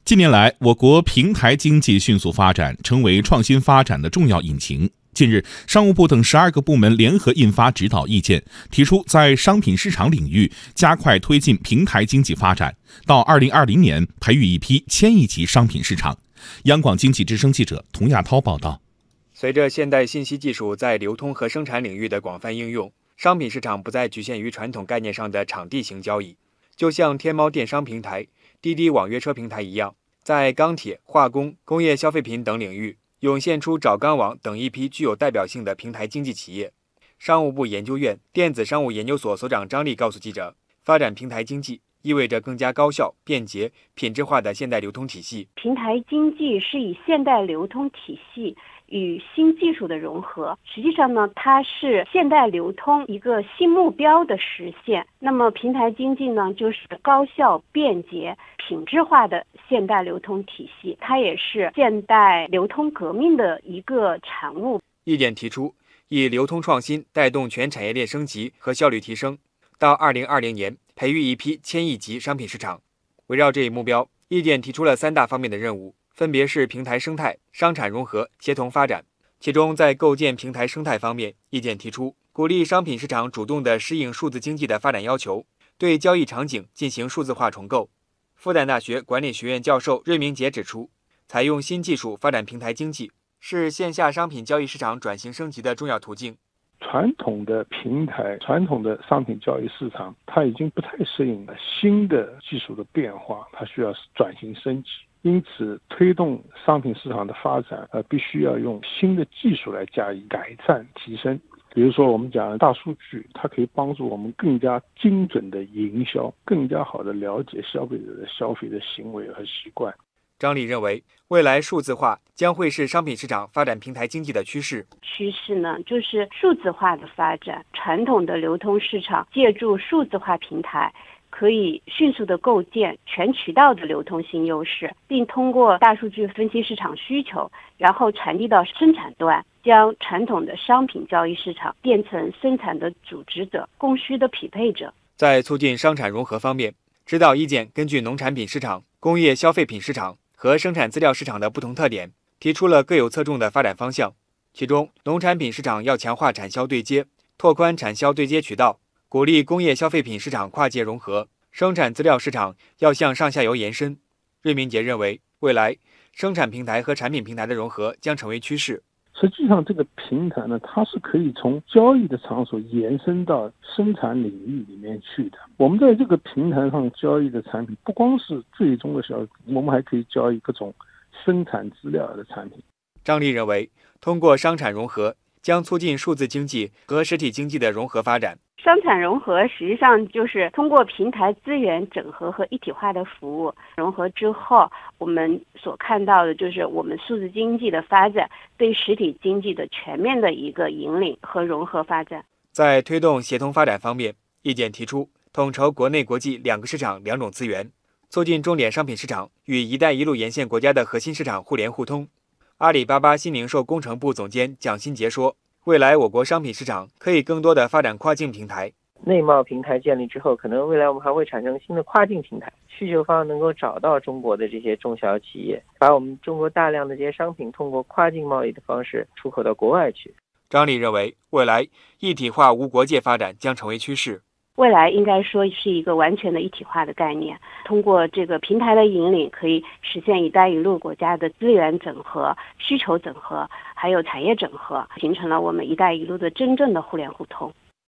近年来，我国平台经济迅速发展，成为创新发展的重要引擎。近日，商务部等12个部门联合印发指导意见，提出在商品市场领域加快推进平台经济发展，到2020年培育一批1000亿级商品市场。央广经济之声记者童亚涛报道。 随着现代信息技术在流通和生产领域的广泛应用，商品市场不再局限于传统概念上的场地型交易。就像天猫电商平台、滴滴网约车平台一样，在钢铁、化工、工业消费品等领域涌现出找钢网等一批具有代表性的平台经济企业。商务部研究院电子商务研究所所长张丽告诉记者，发展平台经济意味着更加高效、便捷、品质化的现代流通体系。 平台经济是以现代流通体系与新技术的融合，实际上呢，它是现代流通一个新目标的实现。那么平台经济呢，就是高效、便捷、品质化的现代流通体系，它也是现代流通革命的一个产物。 意见提出，以流通创新带动全产业链升级和效率提升，到2020年培育一批1000亿级商品市场。围绕这一目标，意见提出了3大方面的任务，分别是平台生态、商产融合、协同发展。其中，在构建平台生态方面，意见提出鼓励商品市场主动地适应数字经济的发展要求，对交易场景进行数字化重构。复旦大学管理学院教授芮明杰指出，采用新技术发展平台经济是线下商品交易市场转型升级的重要途径。 传统的平台、传统的商品交易市场，它已经不太适应了新的技术的变化，它需要转型升级。因此，推动商品市场的发展，必须要用新的技术来加以改善、提升。比如说，我们讲大数据，它可以帮助我们更加精准的营销，更加好的了解消费者的消费的行为和习惯。 张丽认为，未来数字化将会是商品市场发展平台经济的趋势。 趋势呢，就是数字化的发展，传统的流通市场借助数字化平台，可以迅速地构建全渠道的流通性优势，并通过大数据分析市场需求，然后传递到生产端，将传统的商品交易市场变成生产的组织者、供需的匹配者。 在促进商产融合方面，指导意见根据农产品市场、工业消费品市场和生产资料市场的不同特点，提出了各有侧重的发展方向。其中，农产品市场要强化产销对接，拓宽产销对接渠道，鼓励工业消费品市场跨界融合；生产资料市场要向上下游延伸。芮明杰认为，未来生产平台和产品平台的融合将成为趋势。 实际上，这个平台呢，它是可以从交易的场所延伸到生产领域里面去的。我们在这个平台上交易的产品，不光是最终的消费，我们还可以交易各种生产资料的产品。 张丽认为，通过商产融合，将促进数字经济和实体经济的融合发展。 商产融合实际上就是通过平台资源整合和一体化的服务融合之后，我们所看到的就是我们数字经济的发展对实体经济的全面的一个引领和融合发展。 在推动协同发展方面，意见提出统筹国内国际2个市场2种资源，促进重点商品市场与“一带一路”沿线国家的核心市场互联互通。阿里巴巴新零售工程部总监蒋新杰说，未来我国商品市场可以更多的发展跨境平台。 内贸平台建立之后，可能未来我们还会产生新的跨境平台，需求方能够找到中国的这些中小企业，把我们中国大量的这些商品通过跨境贸易的方式出口到国外去。 张丽认为，未来一体化无国界发展将成为趋势。 未来应该说是一个完全的一体化的概念，通过这个平台的引领，可以实现“一带一路”国家的资源整合、需求整合，还有产业整合，形成了我们“一带一路”的真正的互联互通。